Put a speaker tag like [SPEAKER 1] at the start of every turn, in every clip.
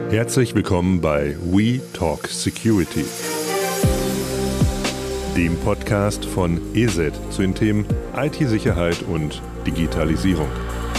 [SPEAKER 1] Herzlich willkommen bei We Talk Security, dem Podcast von ESET zu den Themen IT-Sicherheit und Digitalisierung.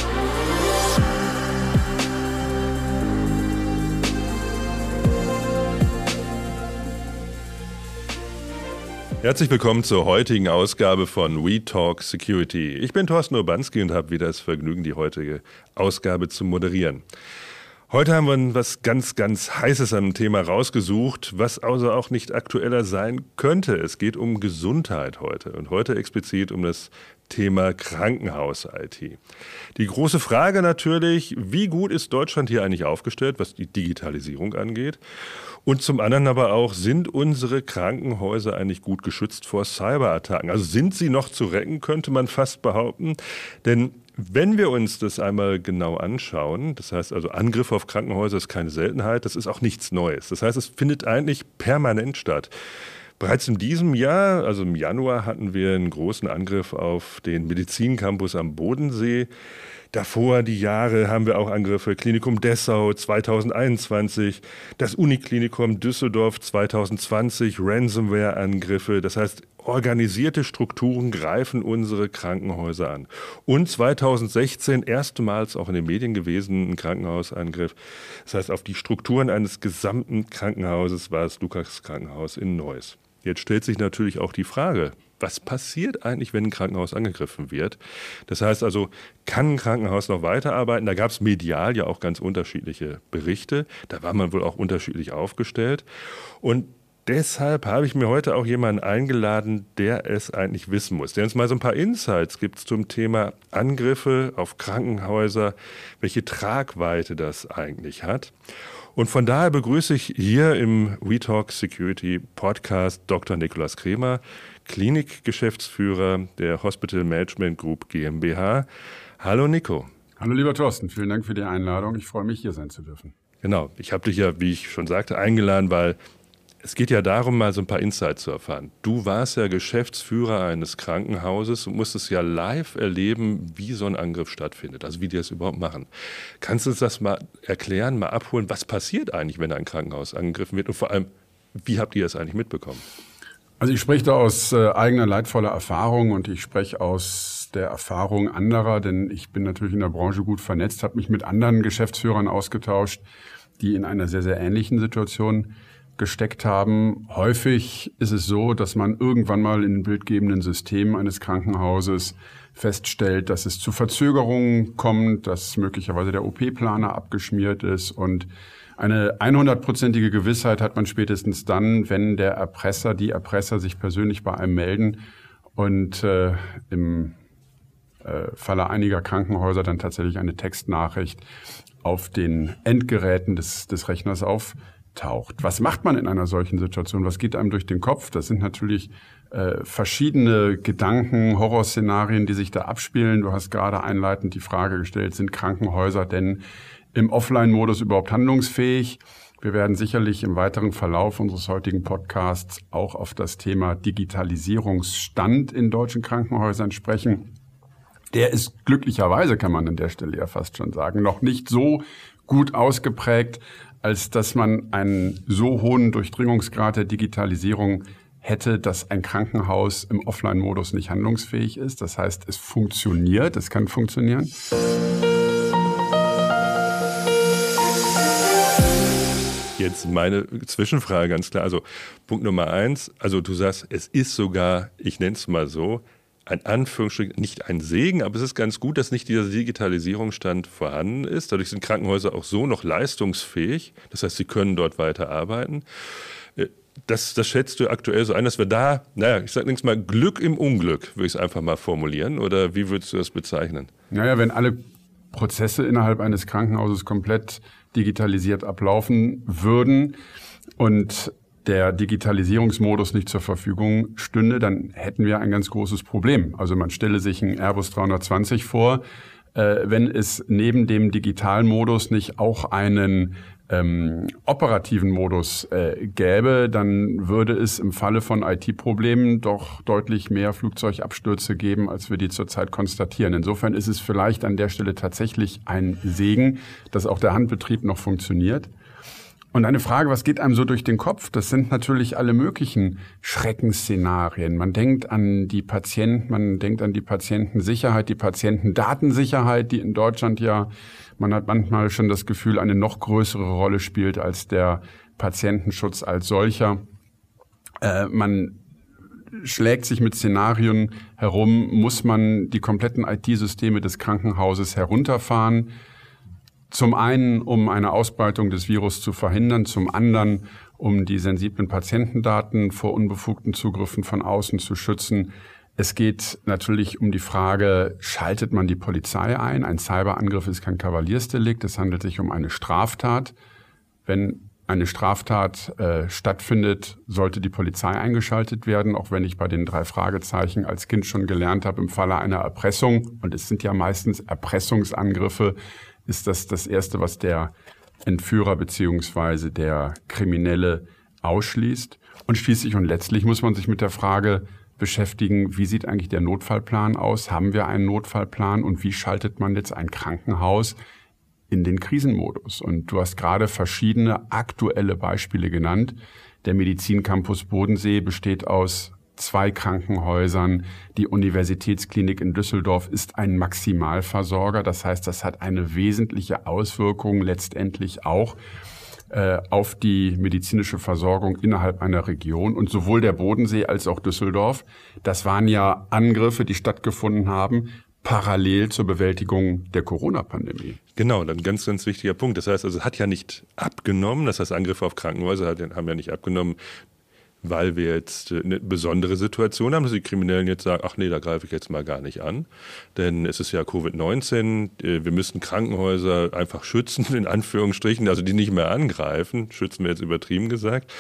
[SPEAKER 1] Herzlich willkommen zur heutigen Ausgabe von We Talk Security. Ich bin Thorsten Urbanski und habe wieder das Vergnügen, die heutige Ausgabe zu moderieren. Heute haben wir was ganz Heißes am Thema rausgesucht, was also auch nicht aktueller sein könnte. Es geht um Gesundheit heute und heute explizit um das Thema Krankenhaus-IT. Die große Frage natürlich, wie gut ist Deutschland hier eigentlich aufgestellt, was die Digitalisierung angeht? Und zum anderen aber auch, sind unsere Krankenhäuser eigentlich gut geschützt vor Cyberattacken? Also sind sie noch zu retten, könnte man fast behaupten. Denn wenn wir uns das einmal genau anschauen, das heißt also Angriff auf Krankenhäuser ist keine Seltenheit, das ist auch nichts Neues. Das heißt, es findet eigentlich permanent statt. Bereits in diesem Jahr, also im Januar, hatten wir einen großen Angriff auf den Medizincampus am Bodensee. Davor die Jahre haben wir auch Angriffe, Klinikum Dessau 2021, das Uniklinikum Düsseldorf 2020, Ransomware-Angriffe. Das heißt, organisierte Strukturen greifen unsere Krankenhäuser an. Und 2016 erstmals auch in den Medien gewesen, ein Krankenhausangriff. Das heißt, auf die Strukturen eines gesamten Krankenhauses war es Lukas Krankenhaus in Neuss. Jetzt stellt sich natürlich auch die Frage, was passiert eigentlich, wenn ein Krankenhaus angegriffen wird? Das heißt also, kann ein Krankenhaus noch weiterarbeiten? Da gab es medial ja auch ganz unterschiedliche Berichte. Da war man wohl auch unterschiedlich aufgestellt. Und deshalb habe ich mir heute auch jemanden eingeladen, der es eigentlich wissen muss, der uns mal so ein paar Insights gibt zum Thema Angriffe auf Krankenhäuser, welche Tragweite das eigentlich hat. Und von daher begrüße ich hier im We Talk Security Podcast Dr. Nikolaus Kremer, Klinikgeschäftsführer der Hospital Management Group GmbH. Hallo Nico.
[SPEAKER 2] Hallo lieber Thorsten, vielen Dank für die Einladung. Ich freue mich, hier sein zu dürfen.
[SPEAKER 1] Genau, ich habe dich ja, wie ich schon sagte, eingeladen, weil es geht ja darum, mal so ein paar Insights zu erfahren. Du warst ja Geschäftsführer eines Krankenhauses und musstest ja live erleben, wie so ein Angriff stattfindet, also wie die das überhaupt machen. Kannst du uns das mal erklären, mal abholen, was passiert eigentlich, wenn ein Krankenhaus angegriffen wird und vor allem, wie habt ihr das eigentlich mitbekommen?
[SPEAKER 2] Also ich spreche da aus eigener leidvoller Erfahrung und ich spreche aus der Erfahrung anderer, denn ich bin natürlich in der Branche gut vernetzt, habe mich mit anderen Geschäftsführern ausgetauscht, die in einer sehr, sehr ähnlichen Situation gesteckt haben. Häufig ist es so, dass man irgendwann mal in den bildgebenden Systemen eines Krankenhauses feststellt, dass es zu Verzögerungen kommt, dass möglicherweise der OP-Planer abgeschmiert ist und eine 100%ige Gewissheit hat man spätestens dann, wenn der Erpresser, die Erpresser sich persönlich bei einem melden und im Falle einiger Krankenhäuser dann tatsächlich eine Textnachricht auf den Endgeräten des Rechners auftaucht. Was macht man in einer solchen Situation? Was geht einem durch den Kopf? Das sind natürlich verschiedene Gedanken, Horrorszenarien, die sich da abspielen. Du hast gerade einleitend die Frage gestellt, sind Krankenhäuser denn im Offline-Modus überhaupt handlungsfähig? Wir werden sicherlich im weiteren Verlauf unseres heutigen Podcasts auch auf das Thema Digitalisierungsstand in deutschen Krankenhäusern sprechen. Der ist glücklicherweise, kann man an der Stelle ja fast schon sagen, noch nicht so gut ausgeprägt, als dass man einen so hohen Durchdringungsgrad der Digitalisierung hätte, dass ein Krankenhaus im Offline-Modus nicht handlungsfähig ist. Das heißt, es funktioniert, es kann funktionieren.
[SPEAKER 1] Jetzt meine Zwischenfrage ganz klar. Also Punkt Nummer 1, also du sagst, es ist sogar, ich nenne es mal so, ein Anführungsstrich, nicht ein Segen, aber es ist ganz gut, dass nicht dieser Digitalisierungsstand vorhanden ist. Dadurch sind Krankenhäuser auch so noch leistungsfähig. Das heißt, sie können dort weiter arbeiten. Das schätzt du aktuell so ein, dass wir da, ich sage nichts mal, Glück im Unglück, würde ich es einfach mal formulieren. Oder wie würdest du das bezeichnen?
[SPEAKER 2] Naja, wenn alle Prozesse innerhalb eines Krankenhauses komplett digitalisiert ablaufen würden und der Digitalisierungsmodus nicht zur Verfügung stünde, dann hätten wir ein ganz großes Problem. Also man stelle sich einen Airbus 320 vor, wenn es neben dem digitalen Modus nicht auch einen operativen Modus gäbe, dann würde es im Falle von IT-Problemen doch deutlich mehr Flugzeugabstürze geben, als wir die zurzeit konstatieren. Insofern ist es vielleicht an der Stelle tatsächlich ein Segen, dass auch der Handbetrieb noch funktioniert. Und eine Frage, was geht einem so durch den Kopf? Das sind natürlich alle möglichen Schreckensszenarien. Man denkt an die Patienten, man denkt an die Patientensicherheit, die Patientendatensicherheit, die in Deutschland ja, man hat manchmal schon das Gefühl, eine noch größere Rolle spielt als der Patientenschutz als solcher. Man schlägt sich mit Szenarien herum, muss man die kompletten IT-Systeme des Krankenhauses herunterfahren. Zum einen, um eine Ausbreitung des Virus zu verhindern, zum anderen, um die sensiblen Patientendaten vor unbefugten Zugriffen von außen zu schützen. Es geht natürlich um die Frage, schaltet man die Polizei ein? Ein Cyberangriff ist kein Kavaliersdelikt, es handelt sich um eine Straftat. Wenn eine Straftat stattfindet, sollte die Polizei eingeschaltet werden, auch wenn ich bei den 3 Fragezeichen als Kind schon gelernt habe, im Falle einer Erpressung, und es sind ja meistens Erpressungsangriffe, ist das Erste, was der Entführer bzw. der Kriminelle ausschließt. Und schließlich und letztlich muss man sich mit der Frage beschäftigen, wie sieht eigentlich der Notfallplan aus? Haben wir einen Notfallplan? Und wie schaltet man jetzt ein Krankenhaus in den Krisenmodus? Und du hast gerade verschiedene aktuelle Beispiele genannt. Der Medizincampus Bodensee besteht aus 2 Krankenhäusern. Die Universitätsklinik in Düsseldorf ist ein Maximalversorger. Das heißt, das hat eine wesentliche Auswirkung letztendlich auch auf die medizinische Versorgung innerhalb einer Region. Und sowohl der Bodensee als auch Düsseldorf, das waren ja Angriffe, die stattgefunden haben, parallel zur Bewältigung der Corona-Pandemie.
[SPEAKER 1] Genau, ein ganz, ganz wichtiger Punkt. Das heißt, also es hat ja nicht abgenommen. Das heißt, Angriffe auf Krankenhäuser haben ja nicht abgenommen, weil wir jetzt eine besondere Situation haben, dass die Kriminellen jetzt sagen, ach nee, da greife ich jetzt mal gar nicht an. Denn es ist ja Covid-19, wir müssen Krankenhäuser einfach schützen, in Anführungsstrichen, also die nicht mehr angreifen, schützen wir jetzt übertrieben gesagt.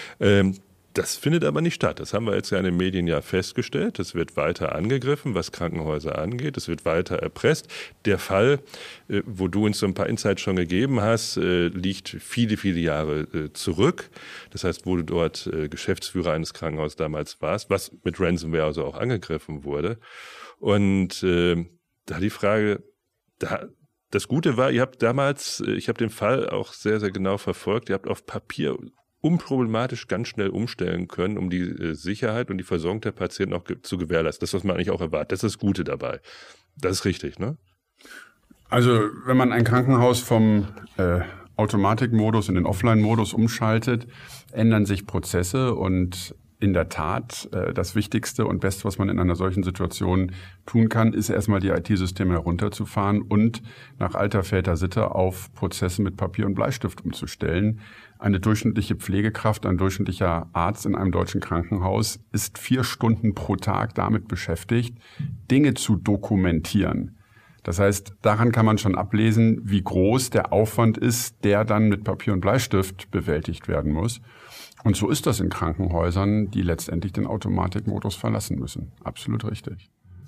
[SPEAKER 1] Das findet aber nicht statt. Das haben wir jetzt ja in den Medien ja festgestellt. Es wird weiter angegriffen, was Krankenhäuser angeht. Es wird weiter erpresst. Der Fall, wo du uns so ein paar Insights schon gegeben hast, liegt viele, viele Jahre zurück. Das heißt, wo du dort Geschäftsführer eines Krankenhauses damals warst, was mit Ransomware also auch angegriffen wurde. Und da die Frage, das Gute war, ihr habt damals, ich habe den Fall auch sehr, sehr genau verfolgt, ihr habt auf Papier unproblematisch ganz schnell umstellen können, um die Sicherheit und die Versorgung der Patienten auch zu gewährleisten. Das, was man eigentlich auch erwartet. Das ist das Gute dabei. Das ist richtig, ne?
[SPEAKER 2] Also, wenn man ein Krankenhaus vom Automatikmodus in den Offline-Modus umschaltet, ändern sich Prozesse und in der Tat, das Wichtigste und Beste, was man in einer solchen Situation tun kann, ist erstmal die IT-Systeme herunterzufahren und nach alter Väter-Sitte auf Prozesse mit Papier und Bleistift umzustellen. Eine durchschnittliche Pflegekraft, ein durchschnittlicher Arzt in einem deutschen Krankenhaus ist 4 Stunden pro Tag damit beschäftigt, Dinge zu dokumentieren. Das heißt, daran kann man schon ablesen, wie groß der Aufwand ist, der dann mit Papier und Bleistift bewältigt werden muss. Und so ist das in Krankenhäusern, die letztendlich den Automatikmodus verlassen müssen. Absolut richtig.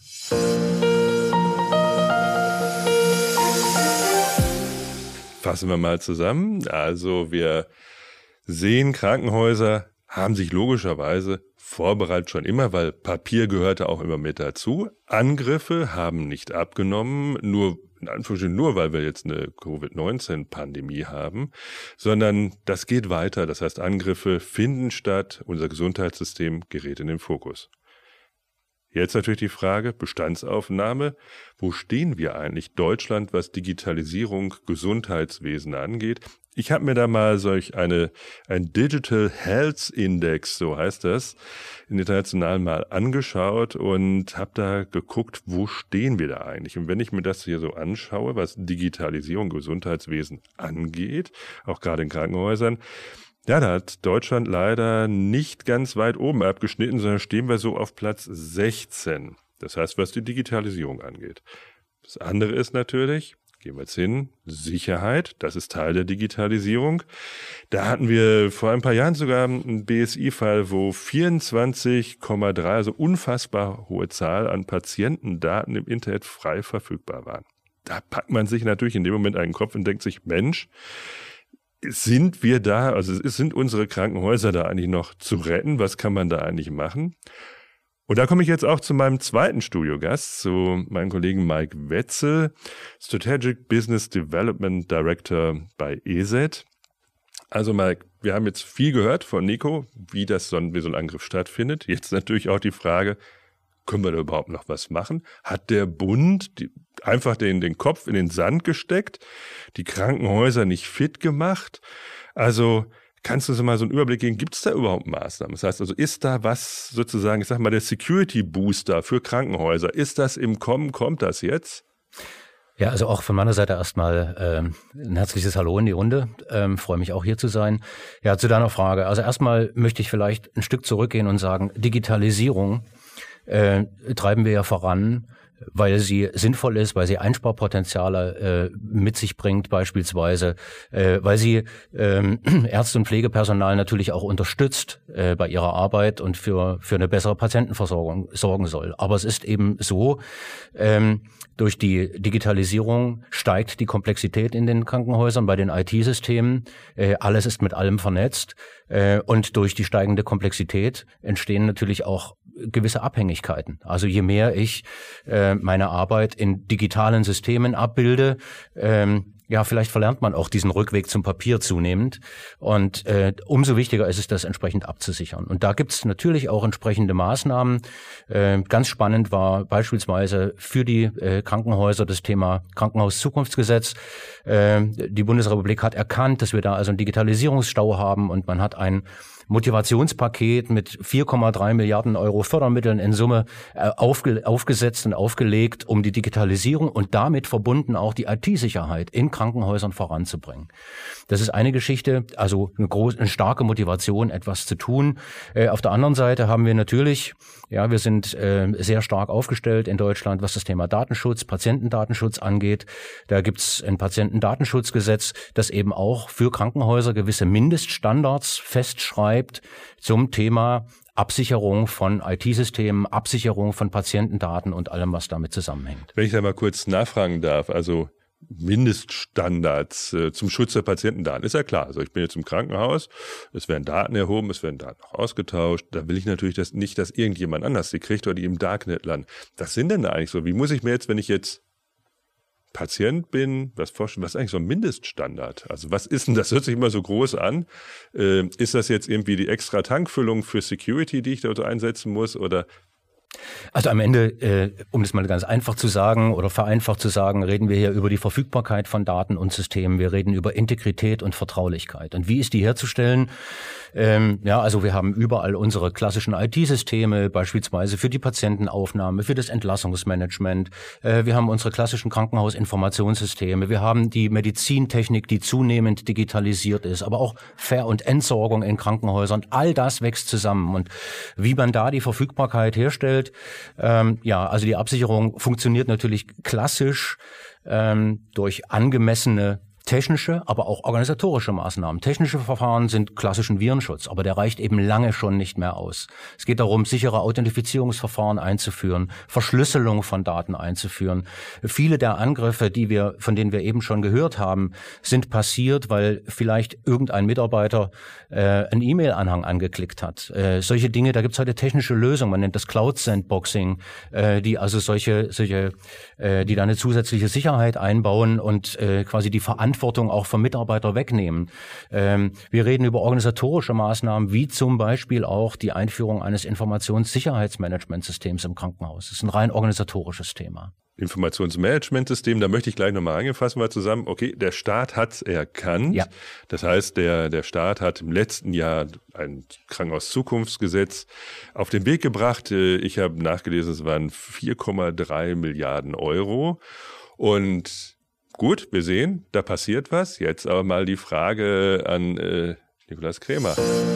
[SPEAKER 1] Fassen wir mal zusammen. Also wir sehen, Krankenhäuser haben sich logischerweise vorbereitet schon immer, weil Papier gehörte auch immer mit dazu. Angriffe haben nicht abgenommen, nur in Anführungsstrichen nur, weil wir jetzt eine Covid-19-Pandemie haben, sondern das geht weiter. Das heißt, Angriffe finden statt, unser Gesundheitssystem gerät in den Fokus. Jetzt natürlich die Frage, Bestandsaufnahme. Wo stehen wir eigentlich, Deutschland, was Digitalisierung, Gesundheitswesen angeht? Ich habe mir da mal ein Digital Health Index, so heißt das, international mal angeschaut und habe da geguckt, wo stehen wir da eigentlich? Und wenn ich mir das hier so anschaue, was Digitalisierung, Gesundheitswesen angeht, auch gerade in Krankenhäusern, ja, da hat Deutschland leider nicht ganz weit oben abgeschnitten, sondern stehen wir so auf Platz 16. Das heißt, was die Digitalisierung angeht. Das andere ist natürlich, gehen wir jetzt hin, Sicherheit, das ist Teil der Digitalisierung. Da hatten wir vor ein paar Jahren sogar einen BSI-Fall, wo 24,3, also unfassbar hohe Zahl an Patientendaten im Internet frei verfügbar waren. Da packt man sich natürlich in dem Moment einen Kopf und denkt sich, Mensch, sind wir da, also sind unsere Krankenhäuser da eigentlich noch zu retten? Was kann man da eigentlich machen? Und da komme ich jetzt auch zu meinem zweiten Studiogast, zu meinem Kollegen Mike Wetzel, Strategic Business Development Director bei ESET. Also Mike, wir haben jetzt viel gehört von Nico, wie so ein Angriff stattfindet. Jetzt natürlich auch die Frage, können wir da überhaupt noch was machen? Hat der Bund einfach den Kopf in den Sand gesteckt, die Krankenhäuser nicht fit gemacht? Also kannst du uns mal so einen Überblick geben, gibt es da überhaupt Maßnahmen? Das heißt also, ist da was sozusagen, ich sag mal, der Security-Booster für Krankenhäuser, ist das im Kommen, kommt das jetzt?
[SPEAKER 3] Ja, also auch von meiner Seite erstmal ein herzliches Hallo in die Runde. Freue mich auch hier zu sein. Ja, zu deiner Frage. Also erstmal möchte ich vielleicht ein Stück zurückgehen und sagen, Digitalisierung treiben wir ja voran, weil sie sinnvoll ist, weil sie Einsparpotenziale mit sich bringt beispielsweise, weil sie Ärzte und Pflegepersonal natürlich auch unterstützt bei ihrer Arbeit und für eine bessere Patientenversorgung sorgen soll. Aber es ist eben so, durch die Digitalisierung steigt die Komplexität in den Krankenhäusern, bei den IT-Systemen. Alles ist mit allem vernetzt. Und durch die steigende Komplexität entstehen natürlich auch gewisse Abhängigkeiten. Also je mehr ich meine Arbeit in digitalen Systemen abbilde, ja, vielleicht verlernt man auch diesen Rückweg zum Papier zunehmend. Und umso wichtiger ist es, das entsprechend abzusichern. Und da gibt es natürlich auch entsprechende Maßnahmen. Ganz spannend war beispielsweise für die Krankenhäuser das Thema Krankenhauszukunftsgesetz. Die Bundesrepublik hat erkannt, dass wir da also einen Digitalisierungsstau haben und man hat ein Motivationspaket mit 4,3 Milliarden Euro Fördermitteln in Summe aufgesetzt und aufgelegt, um die Digitalisierung und damit verbunden auch die IT-Sicherheit in Krankenhäusern voranzubringen. Das ist eine Geschichte, also eine starke Motivation, etwas zu tun. Auf der anderen Seite haben wir natürlich, ja, wir sind sehr stark aufgestellt in Deutschland, was das Thema Datenschutz, Patientendatenschutz angeht. Da gibt's ein Patientendatenschutzgesetz, das eben auch für Krankenhäuser gewisse Mindeststandards festschreibt zum Thema Absicherung von IT-Systemen, Absicherung von Patientendaten und allem, was damit zusammenhängt.
[SPEAKER 1] Wenn ich da mal kurz nachfragen darf, also Mindeststandards zum Schutz der Patientendaten, ist ja klar. Also ich bin jetzt im Krankenhaus, es werden Daten erhoben, es werden Daten auch ausgetauscht. Da will ich natürlich nicht, dass irgendjemand anders die kriegt oder die im Darknet landen. Was sind denn da eigentlich so? Wie muss ich mir jetzt, wenn ich jetzt Patient bin, was vorstellen, was ist eigentlich so ein Mindeststandard? Also was ist denn, das hört sich immer so groß an. Ist das jetzt irgendwie die extra Tankfüllung für Security, die ich dort einsetzen muss oder?
[SPEAKER 3] Also am Ende, um das mal ganz einfach zu sagen oder vereinfacht zu sagen, reden wir hier über die Verfügbarkeit von Daten und Systemen. Wir reden über Integrität und Vertraulichkeit. Und wie ist die herzustellen? Ja, also wir haben überall unsere klassischen IT-Systeme, beispielsweise für die Patientenaufnahme, für das Entlassungsmanagement. Wir haben unsere klassischen Krankenhausinformationssysteme. Wir haben die Medizintechnik, die zunehmend digitalisiert ist, aber auch Ver- und Entsorgung in Krankenhäusern. All das wächst zusammen. Und wie man da die Verfügbarkeit herstellt, ja, also die Absicherung funktioniert natürlich klassisch durch angemessene technische, aber auch organisatorische Maßnahmen. Technische Verfahren sind klassischen Virenschutz, aber der reicht eben lange schon nicht mehr aus. Es geht darum, sichere Authentifizierungsverfahren einzuführen, Verschlüsselung von Daten einzuführen. Viele der Angriffe, von denen wir eben schon gehört haben, sind passiert, weil vielleicht irgendein Mitarbeiter einen E-Mail-Anhang angeklickt hat. Solche Dinge, da gibt's heute technische Lösungen, man nennt das Cloud-Sandboxing, die also die da eine zusätzliche Sicherheit einbauen und quasi die Verantwortung auch vom Mitarbeiter wegnehmen. Wir reden über organisatorische Maßnahmen, wie zum Beispiel auch die Einführung eines Informationssicherheitsmanagementsystems im Krankenhaus. Das ist ein rein organisatorisches Thema.
[SPEAKER 1] Informationsmanagementsystem, da möchte ich gleich nochmal eingehen, fassen wir zusammen. Okay, der Staat hat's erkannt. Ja. Das heißt, der Staat hat im letzten Jahr ein Krankenhauszukunftsgesetz auf den Weg gebracht. Ich habe nachgelesen, es waren 4,3 Milliarden Euro. Und gut, wir sehen, da passiert was. Jetzt aber mal die Frage an Nikolaus Krämer.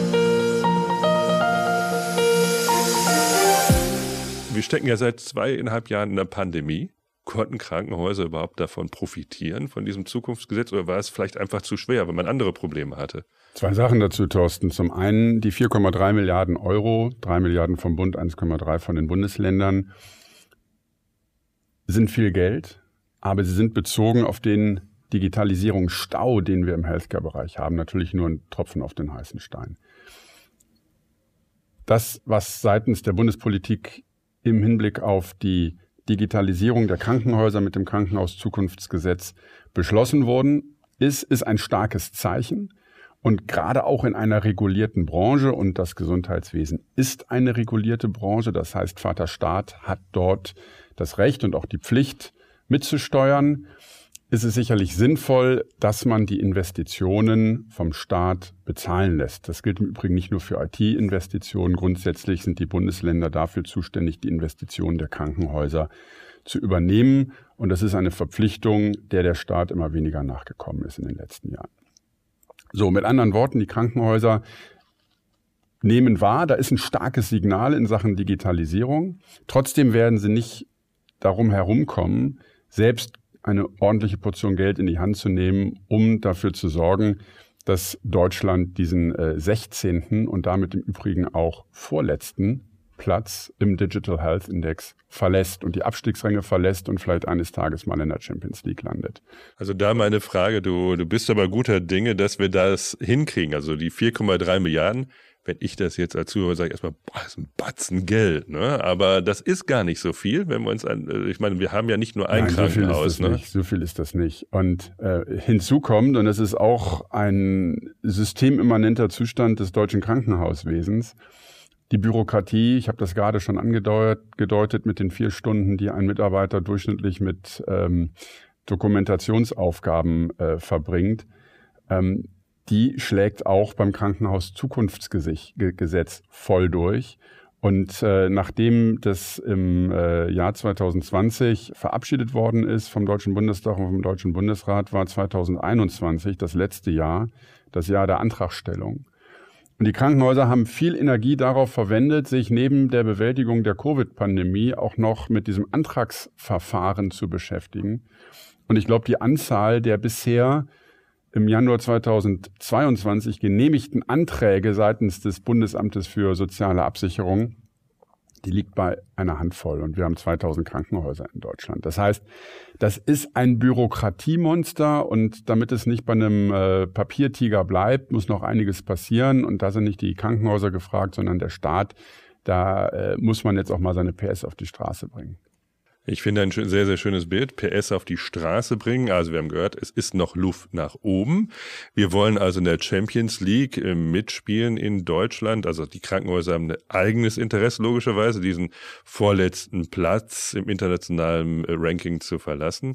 [SPEAKER 1] Wir stecken ja seit 2,5 Jahren in der Pandemie. Konnten Krankenhäuser überhaupt davon profitieren, von diesem Zukunftsgesetz? Oder war es vielleicht einfach zu schwer, weil man andere Probleme hatte?
[SPEAKER 2] 2 Sachen dazu, Thorsten. Zum einen die 4,3 Milliarden Euro, 3 Milliarden vom Bund, 1,3 von den Bundesländern, sind viel Geld. Aber sie sind bezogen auf den Digitalisierungsstau, den wir im Healthcare-Bereich haben, natürlich nur ein Tropfen auf den heißen Stein. Das, was seitens der Bundespolitik im Hinblick auf die Digitalisierung der Krankenhäuser mit dem Krankenhauszukunftsgesetz beschlossen worden ist ein starkes Zeichen. Und gerade auch in einer regulierten Branche, und das Gesundheitswesen ist eine regulierte Branche, das heißt, Vater Staat hat dort das Recht und auch die Pflicht mitzusteuern, ist es sicherlich sinnvoll, dass man die Investitionen vom Staat bezahlen lässt. Das gilt im Übrigen nicht nur für IT-Investitionen. Grundsätzlich sind die Bundesländer dafür zuständig, die Investitionen der Krankenhäuser zu übernehmen. Und das ist eine Verpflichtung, der Staat immer weniger nachgekommen ist in den letzten Jahren. So, mit anderen Worten, die Krankenhäuser nehmen wahr, da ist ein starkes Signal in Sachen Digitalisierung. Trotzdem werden sie nicht darum herumkommen, selbst eine ordentliche Portion Geld in die Hand zu nehmen, um dafür zu sorgen, dass Deutschland diesen 16. und damit im Übrigen auch vorletzten Platz im Digital Health Index verlässt und die Abstiegsränge verlässt und vielleicht eines Tages mal in der Champions League landet.
[SPEAKER 1] Also da meine Frage, du bist aber guter Dinge, dass wir das hinkriegen. Also die 4,3 Milliarden, wenn ich das jetzt als Zuhörer sage, erstmal, das ist ein Batzen Geld, ne? Aber das ist gar nicht so viel, wenn wir uns ich meine, wir haben ja nicht nur ein Krankenhaus.
[SPEAKER 2] So viel ist das nicht. Und hinzu kommt, und das ist auch ein systemimmanenter Zustand des deutschen Krankenhauswesens, die Bürokratie, ich habe das gerade schon angedeutet mit den 4 Stunden, die ein Mitarbeiter durchschnittlich mit Dokumentationsaufgaben verbringt, die schlägt auch beim Krankenhaus-Zukunftsgesetz voll durch. Und nachdem das im Jahr 2020 verabschiedet worden ist vom Deutschen Bundestag und vom Deutschen Bundesrat, war 2021 das letzte Jahr, das Jahr der Antragstellung. Und die Krankenhäuser haben viel Energie darauf verwendet, sich neben der Bewältigung der Covid-Pandemie auch noch mit diesem Antragsverfahren zu beschäftigen. Und ich glaube, die Anzahl der bisher im Januar 2022 genehmigten Anträge seitens des Bundesamtes für soziale Absicherung, die liegt bei einer Handvoll. Und wir haben 2000 Krankenhäuser in Deutschland. Das heißt, das ist ein Bürokratiemonster. Und damit es nicht bei einem Papiertiger bleibt, muss noch einiges passieren. Und da sind nicht die Krankenhäuser gefragt, sondern der Staat. Da muss man jetzt auch mal seine PS auf die Straße bringen.
[SPEAKER 1] Ich finde ein sehr, sehr schönes Bild. PS auf die Straße bringen. Also wir haben gehört, es ist noch Luft nach oben. Wir wollen also in der Champions League mitspielen in Deutschland. Also die Krankenhäuser haben ein eigenes Interesse, logischerweise, diesen vorletzten Platz im internationalen Ranking zu verlassen.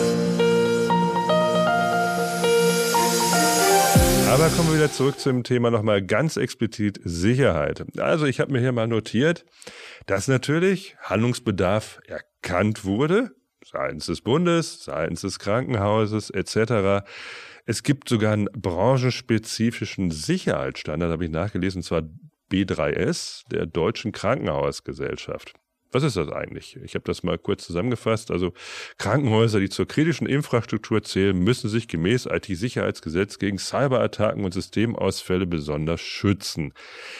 [SPEAKER 1] Aber kommen wir wieder zurück zum Thema nochmal ganz explizit Sicherheit. Also ich habe mir hier mal notiert, dass natürlich Handlungsbedarf erkannt wurde, seitens des Bundes, seitens des Krankenhauses etc. Es gibt sogar einen branchenspezifischen Sicherheitsstandard, habe ich nachgelesen, und zwar B3S, der Deutschen Krankenhausgesellschaft. Was ist das eigentlich? Ich habe das mal kurz zusammengefasst. Also Krankenhäuser, die zur kritischen Infrastruktur zählen, müssen sich gemäß IT-Sicherheitsgesetz gegen Cyberattacken und Systemausfälle besonders schützen.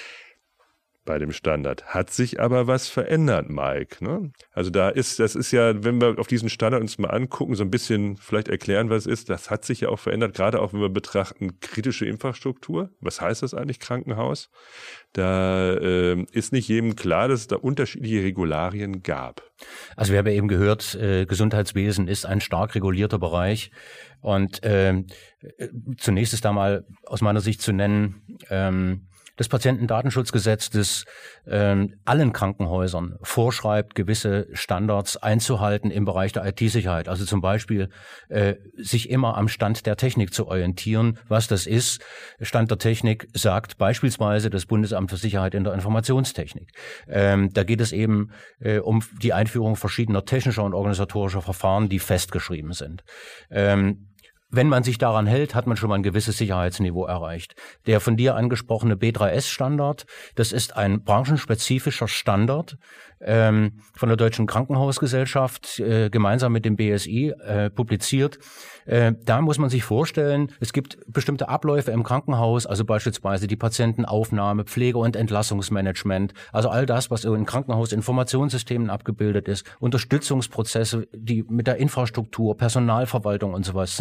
[SPEAKER 1] Bei dem Standard hat sich aber was verändert, Mike, ne? Also das ist ja, wenn wir auf diesen Standard uns mal angucken, so ein bisschen vielleicht erklären, was es ist, das hat sich ja auch verändert, gerade auch wenn wir betrachten kritische Infrastruktur. Was heißt das eigentlich, Krankenhaus? Da ist nicht jedem klar, dass es da unterschiedliche Regularien gab.
[SPEAKER 3] Also wir haben ja eben gehört, Gesundheitswesen ist ein stark regulierter Bereich. Und zunächst ist da mal aus meiner Sicht zu nennen, das Patientendatenschutzgesetz, das allen Krankenhäusern vorschreibt, gewisse Standards einzuhalten im Bereich der IT-Sicherheit. Also zum Beispiel sich immer am Stand der Technik zu orientieren. Was das ist, Stand der Technik sagt beispielsweise das Bundesamt für Sicherheit in der Informationstechnik. Da geht es eben um die Einführung verschiedener technischer und organisatorischer Verfahren, die festgeschrieben sind. Wenn man sich daran hält, hat man schon mal ein gewisses Sicherheitsniveau erreicht. Der von dir angesprochene B3S-Standard, das ist ein branchenspezifischer Standard von der Deutschen Krankenhausgesellschaft gemeinsam mit dem BSI publiziert. Da muss man sich vorstellen, es gibt bestimmte Abläufe im Krankenhaus, also beispielsweise die Patientenaufnahme, Pflege- und Entlassungsmanagement, also all das, was in Krankenhausinformationssystemen abgebildet ist, Unterstützungsprozesse, die mit der Infrastruktur, Personalverwaltung und sowas zu tun haben.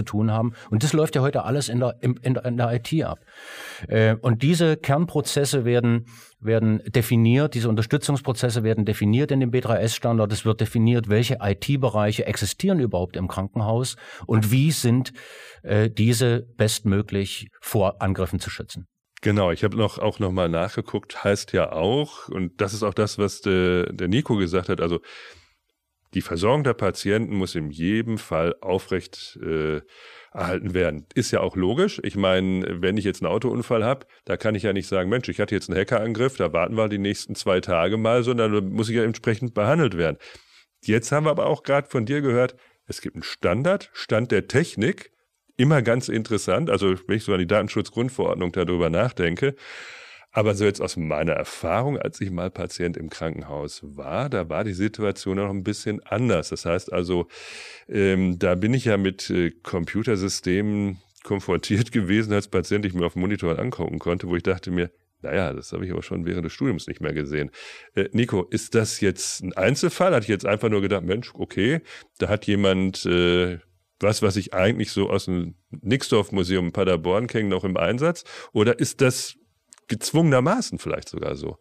[SPEAKER 3] haben. Und das läuft ja heute alles in der IT ab. Und diese Kernprozesse werden definiert, diese Unterstützungsprozesse werden definiert in dem B3S-Standard. Es wird definiert, welche IT-Bereiche existieren überhaupt im Krankenhaus und wie sind diese bestmöglich vor Angriffen zu schützen.
[SPEAKER 1] Genau, ich habe auch noch mal nachgeguckt, heißt ja auch, und das ist auch das, was der Nico gesagt hat, also die Versorgung der Patienten muss in jedem Fall aufrecht erhalten werden. Ist ja auch logisch. Ich meine, wenn ich jetzt einen Autounfall habe, da kann ich ja nicht sagen, Mensch, ich hatte jetzt einen Hackerangriff, da warten wir die nächsten 2 Tage mal, sondern da muss ich ja entsprechend behandelt werden. Jetzt haben wir aber auch gerade von dir gehört, es gibt einen Stand der Technik, immer ganz interessant, also wenn ich so an die Datenschutzgrundverordnung darüber nachdenke, aber so jetzt aus meiner Erfahrung, als ich mal Patient im Krankenhaus war, da war die Situation noch ein bisschen anders. Das heißt also, da bin ich ja mit Computersystemen konfrontiert gewesen als Patient, ich mir auf dem Monitor angucken konnte, wo ich dachte mir, naja, das habe ich aber schon während des Studiums nicht mehr gesehen. Nico, ist das jetzt ein Einzelfall? Hatte ich jetzt einfach nur gedacht, Mensch, okay, da hat jemand was ich eigentlich so aus dem Nixdorf-Museum in Paderborn kenne, noch im Einsatz? Oder ist das gezwungenermaßen vielleicht sogar so?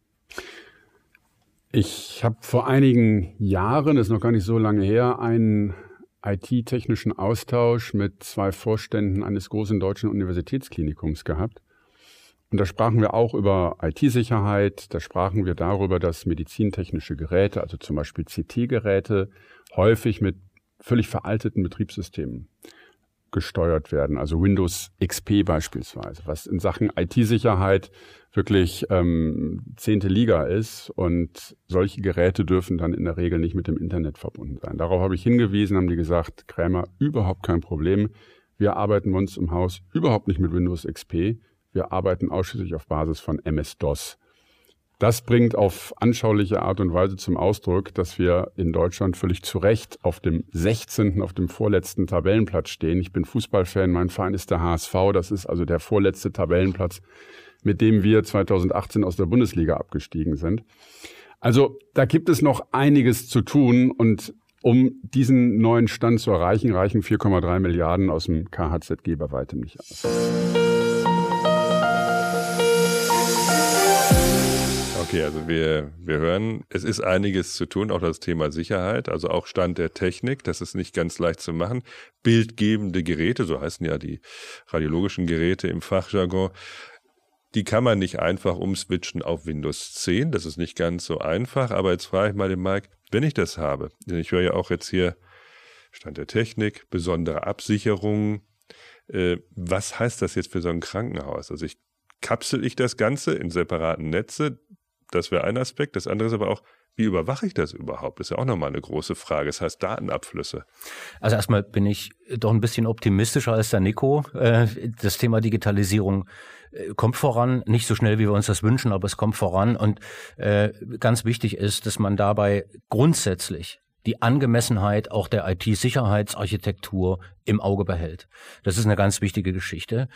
[SPEAKER 2] Ich habe vor einigen Jahren, das ist noch gar nicht so lange her, einen IT-technischen Austausch mit 2 Vorständen eines großen deutschen Universitätsklinikums gehabt. Und da sprachen wir auch über IT-Sicherheit, da sprachen wir darüber, dass medizintechnische Geräte, also zum Beispiel CT-Geräte, häufig mit völlig veralteten Betriebssystemen gesteuert werden, also Windows XP beispielsweise, was in Sachen IT-Sicherheit wirklich 10. Liga ist, und solche Geräte dürfen dann in der Regel nicht mit dem Internet verbunden sein. Darauf habe ich hingewiesen, haben die gesagt, Krämer, überhaupt kein Problem. Wir arbeiten bei uns im Haus überhaupt nicht mit Windows XP, wir arbeiten ausschließlich auf Basis von MS-DOS. Das bringt auf anschauliche Art und Weise zum Ausdruck, dass wir in Deutschland völlig zu Recht auf dem 16., auf dem vorletzten Tabellenplatz stehen. Ich bin Fußballfan, mein Verein ist der HSV, das ist also der vorletzte Tabellenplatz, mit dem wir 2018 aus der Bundesliga abgestiegen sind. Also da gibt es noch einiges zu tun, und um diesen neuen Stand zu erreichen, reichen 4,3 Milliarden aus dem KHZG bei weitem nicht aus.
[SPEAKER 1] Okay, also wir hören, es ist einiges zu tun, auch das Thema Sicherheit, also auch Stand der Technik, das ist nicht ganz leicht zu machen. Bildgebende Geräte, so heißen ja die radiologischen Geräte im Fachjargon, die kann man nicht einfach umswitchen auf Windows 10, das ist nicht ganz so einfach, aber jetzt frage ich mal den Mike, wenn ich das habe, denn ich höre ja auch jetzt hier Stand der Technik, besondere Absicherungen, was heißt das jetzt für so ein Krankenhaus? Also kapsel ich das Ganze in separaten Netze? Das wäre ein Aspekt. Das andere ist aber auch, wie überwache ich das überhaupt? Das ist ja auch nochmal eine große Frage. Das heißt Datenabflüsse.
[SPEAKER 3] Also erstmal bin ich doch ein bisschen optimistischer als der Nico. Das Thema Digitalisierung kommt voran. Nicht so schnell, wie wir uns das wünschen, aber es kommt voran. Und ganz wichtig ist, dass man dabei grundsätzlich die Angemessenheit auch der IT-Sicherheitsarchitektur im Auge behält. Das ist eine ganz wichtige Geschichte.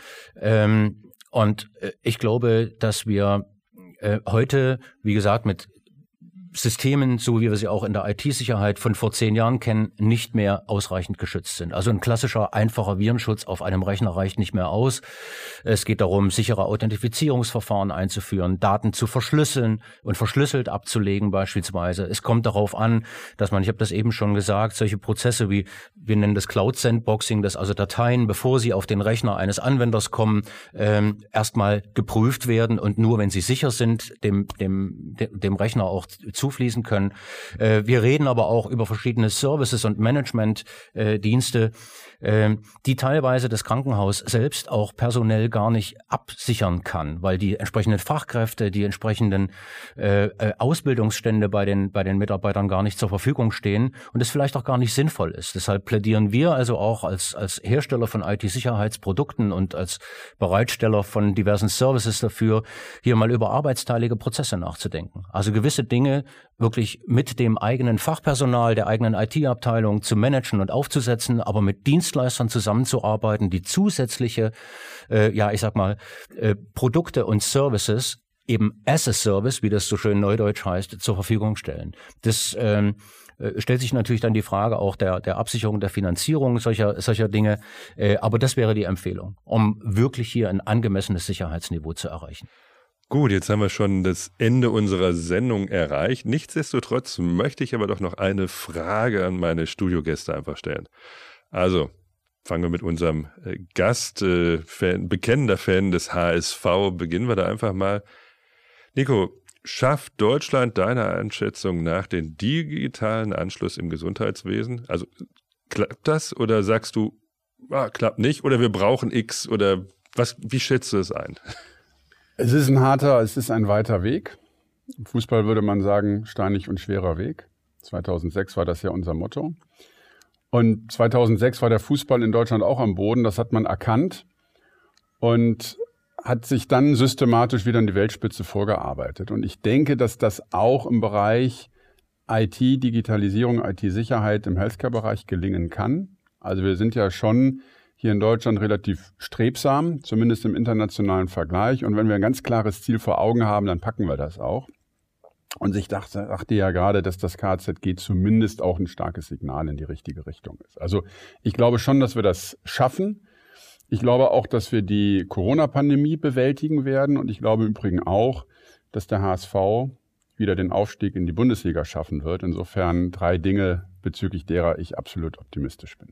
[SPEAKER 3] Und ich glaube, dass wir heute, wie gesagt, mit Systemen, so wie wir sie auch in der IT-Sicherheit von vor 10 Jahren kennen, nicht mehr ausreichend geschützt sind. Also ein klassischer, einfacher Virenschutz auf einem Rechner reicht nicht mehr aus. Es geht darum, sichere Authentifizierungsverfahren einzuführen, Daten zu verschlüsseln und verschlüsselt abzulegen beispielsweise. Es kommt darauf an, dass man, ich habe das eben schon gesagt, solche Prozesse wie, wir nennen das Cloud-Sandboxing, dass also Dateien, bevor sie auf den Rechner eines Anwenders kommen, erstmal geprüft werden und nur, wenn sie sicher sind, dem Rechner auch zufließen können. Wir reden aber auch über verschiedene Services und Management-Dienste, die teilweise das Krankenhaus selbst auch personell gar nicht absichern kann, weil die entsprechenden Fachkräfte, die entsprechenden Ausbildungsstände bei den Mitarbeitern gar nicht zur Verfügung stehen und es vielleicht auch gar nicht sinnvoll ist. Deshalb plädieren wir also auch als Hersteller von IT-Sicherheitsprodukten und als Bereitsteller von diversen Services dafür, hier mal über arbeitsteilige Prozesse nachzudenken. Also gewisse Dinge wirklich mit dem eigenen Fachpersonal, der eigenen IT-Abteilung zu managen und aufzusetzen, aber mit Dienstleistern zusammenzuarbeiten, die zusätzliche, Produkte und Services eben as a Service, wie das so schön neudeutsch heißt, zur Verfügung stellen. Das stellt sich natürlich dann die Frage auch der Absicherung, der Finanzierung solcher Dinge. Aber das wäre die Empfehlung, um wirklich hier ein angemessenes Sicherheitsniveau zu erreichen.
[SPEAKER 1] Gut, jetzt haben wir schon das Ende unserer Sendung erreicht. Nichtsdestotrotz möchte ich aber doch noch eine Frage an meine Studiogäste einfach stellen. Also, fangen wir mit unserem Gast, bekennender Fan des HSV, beginnen wir da einfach mal. Nico, schafft Deutschland deiner Einschätzung nach den digitalen Anschluss im Gesundheitswesen? Also klappt das oder sagst du, klappt nicht oder wir brauchen X oder was? Wie schätzt du es ein?
[SPEAKER 2] Es ist ein weiter Weg. Im Fußball würde man sagen, steinig und schwerer Weg. 2006 war das ja unser Motto. Und 2006 war der Fußball in Deutschland auch am Boden. Das hat man erkannt und hat sich dann systematisch wieder in die Weltspitze vorgearbeitet. Und ich denke, dass das auch im Bereich IT-Digitalisierung, IT-Sicherheit im Healthcare-Bereich gelingen kann. Also wir sind ja schon hier in Deutschland relativ strebsam, zumindest im internationalen Vergleich. Und wenn wir ein ganz klares Ziel vor Augen haben, dann packen wir das auch. Und ich dachte ja gerade, dass das KZG zumindest auch ein starkes Signal in die richtige Richtung ist. Also ich glaube schon, dass wir das schaffen. Ich glaube auch, dass wir die Corona-Pandemie bewältigen werden. Und ich glaube im Übrigen auch, dass der HSV wieder den Aufstieg in die Bundesliga schaffen wird. Insofern 3 Dinge, bezüglich derer ich absolut optimistisch bin.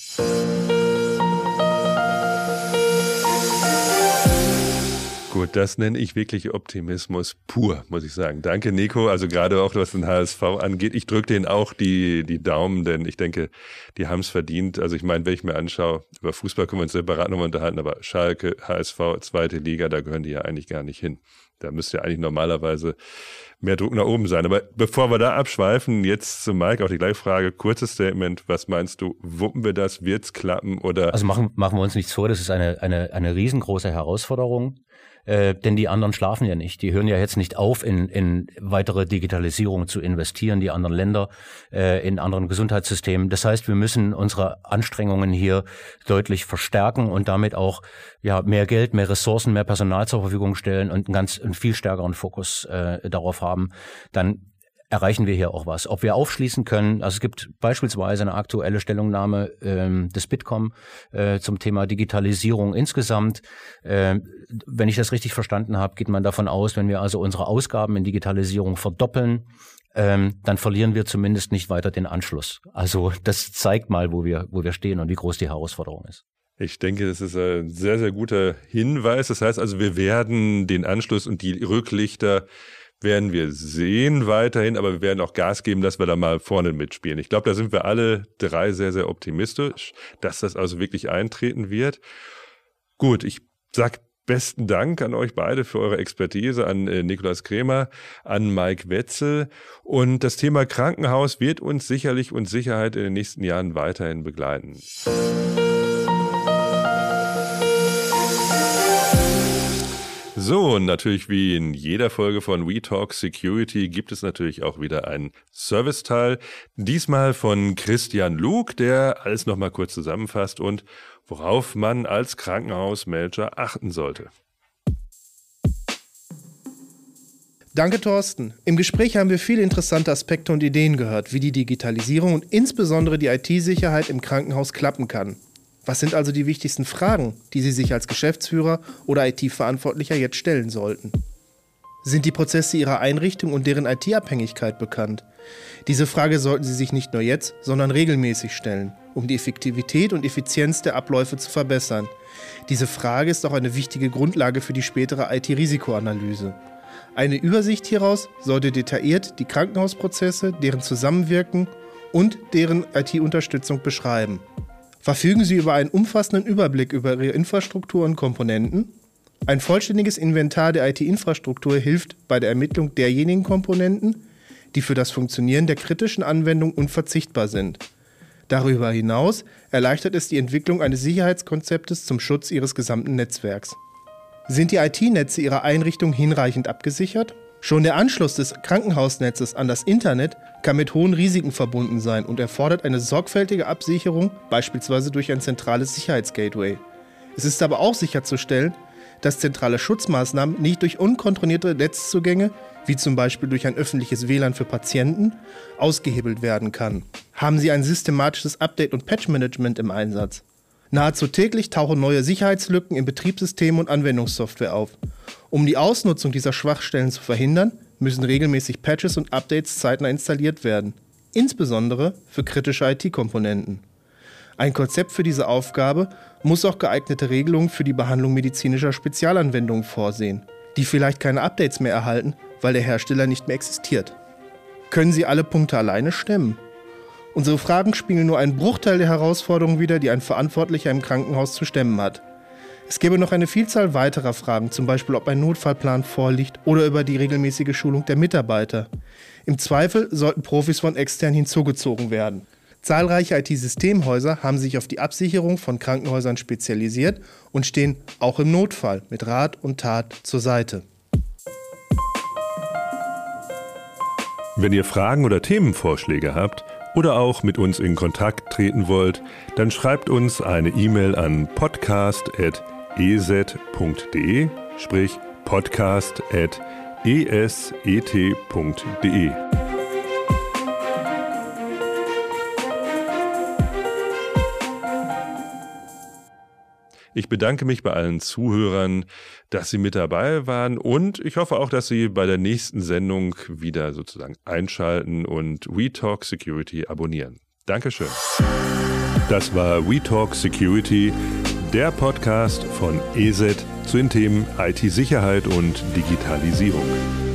[SPEAKER 1] Gut, das nenne ich wirklich Optimismus pur, muss ich sagen. Danke, Nico. Also gerade auch, was den HSV angeht. Ich drücke denen auch die Daumen, denn ich denke, die haben es verdient. Also ich meine, wenn ich mir anschaue, über Fußball können wir uns separat nochmal unterhalten, aber Schalke, HSV, 2. Liga, da gehören die ja eigentlich gar nicht hin. Da müsste ja eigentlich normalerweise mehr Druck nach oben sein. Aber bevor wir da abschweifen, jetzt zu Mike auch die gleiche Frage. Kurzes Statement. Was meinst du? Wuppen wir das? Wird's klappen? Oder?
[SPEAKER 3] Also machen wir uns nichts vor. Das ist eine riesengroße Herausforderung. Denn die anderen schlafen ja nicht. Die hören ja jetzt nicht auf, in weitere Digitalisierung zu investieren, die anderen Länder, in anderen Gesundheitssystemen. Das heißt, wir müssen unsere Anstrengungen hier deutlich verstärken und damit auch mehr Geld, mehr Ressourcen, mehr Personal zur Verfügung stellen und einen viel stärkeren Fokus darauf haben. Dann erreichen wir hier auch was. Ob wir aufschließen können, also es gibt beispielsweise eine aktuelle Stellungnahme des Bitkom zum Thema Digitalisierung insgesamt. Wenn ich das richtig verstanden habe, geht man davon aus, wenn wir also unsere Ausgaben in Digitalisierung verdoppeln, dann verlieren wir zumindest nicht weiter den Anschluss. Also das zeigt mal, wo wir stehen und wie groß die Herausforderung ist.
[SPEAKER 1] Ich denke, das ist ein sehr, sehr guter Hinweis. Das heißt also, wir werden den Anschluss und die Rücklichter werden wir sehen weiterhin, aber wir werden auch Gas geben, dass wir da mal vorne mitspielen. Ich glaube, da sind wir alle 3 sehr, sehr optimistisch, dass das also wirklich eintreten wird. Gut, ich sag besten Dank an euch beide für eure Expertise, an Nikolaus Krämer, an Mike Wetzel. Und das Thema Krankenhaus wird uns sicherlich und Sicherheit in den nächsten Jahren weiterhin begleiten. So, und natürlich wie in jeder Folge von We Talk Security gibt es natürlich auch wieder einen Serviceteil. Diesmal von Christian Luke, der alles nochmal kurz zusammenfasst und worauf man als Krankenhausmanager achten sollte.
[SPEAKER 4] Danke, Thorsten. Im Gespräch haben wir viele interessante Aspekte und Ideen gehört, wie die Digitalisierung und insbesondere die IT-Sicherheit im Krankenhaus klappen kann. Was sind also die wichtigsten Fragen, die Sie sich als Geschäftsführer oder IT-Verantwortlicher jetzt stellen sollten? Sind die Prozesse Ihrer Einrichtung und deren IT-Abhängigkeit bekannt? Diese Frage sollten Sie sich nicht nur jetzt, sondern regelmäßig stellen, um die Effektivität und Effizienz der Abläufe zu verbessern. Diese Frage ist auch eine wichtige Grundlage für die spätere IT-Risikoanalyse. Eine Übersicht hieraus sollte detailliert die Krankenhausprozesse, deren Zusammenwirken und deren IT-Unterstützung beschreiben. Verfügen Sie über einen umfassenden Überblick über Ihre Infrastruktur und Komponenten? Ein vollständiges Inventar der IT-Infrastruktur hilft bei der Ermittlung derjenigen Komponenten, die für das Funktionieren der kritischen Anwendung unverzichtbar sind. Darüber hinaus erleichtert es die Entwicklung eines Sicherheitskonzeptes zum Schutz Ihres gesamten Netzwerks. Sind die IT-Netze Ihrer Einrichtung hinreichend abgesichert? Schon der Anschluss des Krankenhausnetzes an das Internet kann mit hohen Risiken verbunden sein und erfordert eine sorgfältige Absicherung, beispielsweise durch ein zentrales Sicherheitsgateway. Es ist aber auch sicherzustellen, dass zentrale Schutzmaßnahmen nicht durch unkontrollierte Netzzugänge, wie zum Beispiel durch ein öffentliches WLAN für Patienten, ausgehebelt werden kann? Haben Sie ein systematisches Update- und Patch-Management im Einsatz? Nahezu täglich tauchen neue Sicherheitslücken in Betriebssystemen und Anwendungssoftware auf. Um die Ausnutzung dieser Schwachstellen zu verhindern, müssen regelmäßig Patches und Updates zeitnah installiert werden. Insbesondere für kritische IT-Komponenten. Ein Konzept für diese Aufgabe muss auch geeignete Regelungen für die Behandlung medizinischer Spezialanwendungen vorsehen, die vielleicht keine Updates mehr erhalten, weil der Hersteller nicht mehr existiert. Können Sie alle Punkte alleine stemmen? Unsere Fragen spiegeln nur einen Bruchteil der Herausforderungen wider, die ein Verantwortlicher im Krankenhaus zu stemmen hat. Es gäbe noch eine Vielzahl weiterer Fragen, zum Beispiel ob ein Notfallplan vorliegt oder über die regelmäßige Schulung der Mitarbeiter. Im Zweifel sollten Profis von extern hinzugezogen werden. Zahlreiche IT-Systemhäuser haben sich auf die Absicherung von Krankenhäusern spezialisiert und stehen auch im Notfall mit Rat und Tat zur Seite.
[SPEAKER 1] Wenn ihr Fragen oder Themenvorschläge habt oder auch mit uns in Kontakt treten wollt, dann schreibt uns eine E-Mail an podcast@eset.de, sprich podcast@eset.de. Ich bedanke mich bei allen Zuhörern, dass Sie mit dabei waren und ich hoffe auch, dass Sie bei der nächsten Sendung wieder sozusagen einschalten und WeTalk Security abonnieren. Dankeschön. Das war WeTalk Security, der Podcast von ESET zu den Themen IT-Sicherheit und Digitalisierung.